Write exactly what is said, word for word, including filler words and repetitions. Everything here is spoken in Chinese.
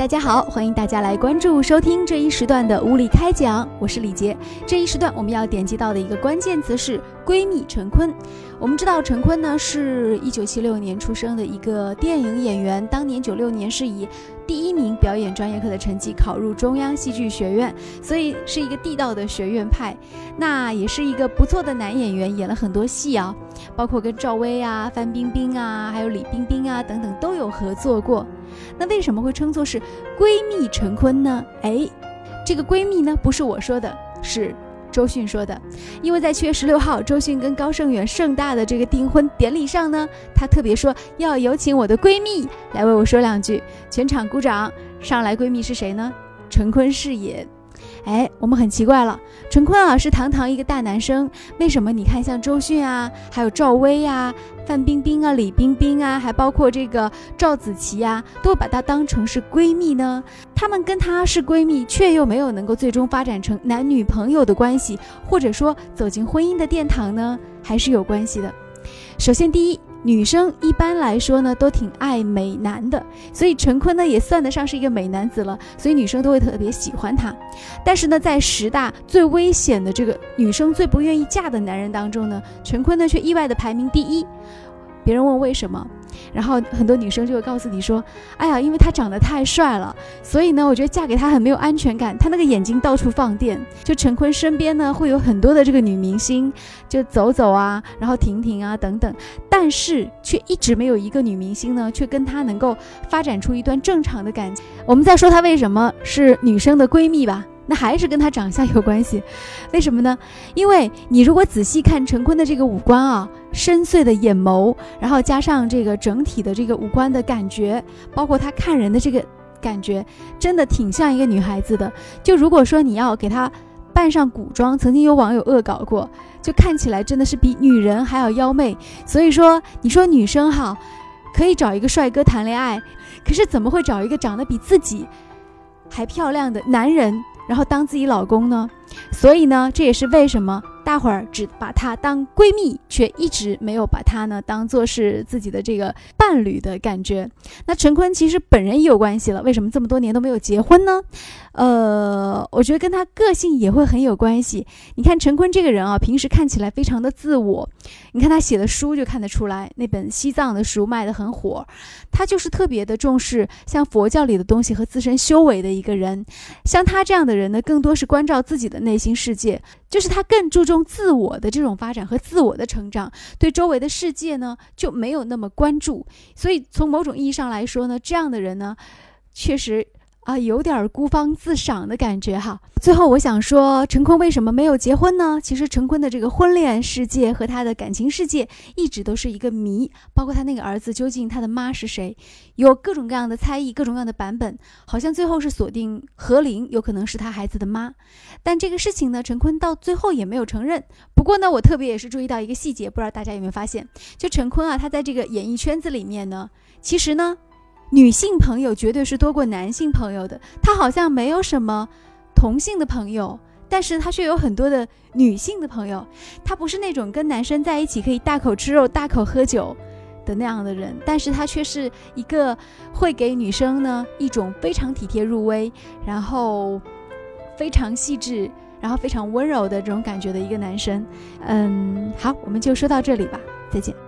家好，欢迎大家来关注收听这一时段的物理开讲，我是李杰。这一时段我们要点击到的一个关键词是闺蜜陈坤。我们知道陈坤呢是一九七六年出生的一个电影演员，当年九六年是以第一名表演专业课的成绩考入中央戏剧学院，所以是一个地道的学院派。那也是一个不错的男演员，演了很多戏啊，包括跟赵薇啊、范冰冰啊，还有李冰冰啊等等都有合作过。那为什么会称作是闺蜜陈坤呢？哎，这个闺蜜呢不是我说的，是周迅说的。因为在七月十六号周迅跟高胜远盛大的这个订婚典礼上呢，她特别说要有请我的闺蜜来为我说两句，全场鼓掌。上来闺蜜是谁呢？陈坤是也。哎，我们很奇怪了，陈坤啊是堂堂一个大男生，为什么你看像周迅啊，还有赵薇啊、范冰冰啊、李冰冰啊，还包括这个赵子琪啊，都把她当成是闺蜜呢？她们跟她是闺蜜，却又没有能够最终发展成男女朋友的关系，或者说走进婚姻的殿堂呢？还是有关系的。首先第一，女生一般来说呢都挺爱美男的，所以陈坤呢也算得上是一个美男子了，所以女生都会特别喜欢他。但是呢在十大最危险的这个女生最不愿意嫁的男人当中呢，陈坤呢却意外的排名第一。别人问为什么，然后很多女生就会告诉你说，哎呀，因为他长得太帅了，所以呢我觉得嫁给他很没有安全感，他那个眼睛到处放电。就陈坤身边呢会有很多的这个女明星，就走走啊，然后婷婷啊等等，但是却一直没有一个女明星呢却跟他能够发展出一段正常的感情。我们再说他为什么是女生的闺蜜吧，那还是跟他长相有关系。为什么呢？因为你如果仔细看陈坤的这个五官啊，深邃的眼眸，然后加上这个整体的这个五官的感觉，包括他看人的这个感觉，真的挺像一个女孩子的。就如果说你要给他扮上古装，曾经有网友恶搞过，就看起来真的是比女人还要妖媚。所以说你说女生好可以找一个帅哥谈恋爱，可是怎么会找一个长得比自己还漂亮的男人然后当自己老公呢？所以呢这也是为什么大伙儿只把她当闺蜜，却一直没有把她呢当作是自己的这个伴侣的感觉。那陈坤其实本人也有关系了，为什么这么多年都没有结婚呢？呃，我觉得跟他个性也会很有关系。你看陈坤这个人啊，平时看起来非常的自我，你看他写的书就看得出来，那本西藏的书卖得很火，他就是特别的重视像佛教里的东西和自身修为的一个人。像他这样的人呢，更多是关照自己的内心世界，就是他更注重自我的这种发展和自我的成长，对周围的世界呢就没有那么关注。所以从某种意义上来说呢，这样的人呢确实啊，有点孤芳自赏的感觉哈。最后我想说，陈坤为什么没有结婚呢？其实陈坤的这个婚恋世界和他的感情世界一直都是一个谜，包括他那个儿子究竟他的妈是谁，有各种各样的猜疑，各种各样的版本，好像最后是锁定何琳有可能是他孩子的妈。但这个事情呢，陈坤到最后也没有承认。不过呢，我特别也是注意到一个细节，不知道大家有没有发现，就陈坤啊，他在这个演艺圈子里面呢，其实呢女性朋友绝对是多过男性朋友的，他好像没有什么同性的朋友，但是他却有很多的女性的朋友。他不是那种跟男生在一起可以大口吃肉大口喝酒的那样的人，但是他却是一个会给女生呢一种非常体贴入微，然后非常细致，然后非常温柔的这种感觉的一个男生。嗯，好，我们就说到这里吧，再见。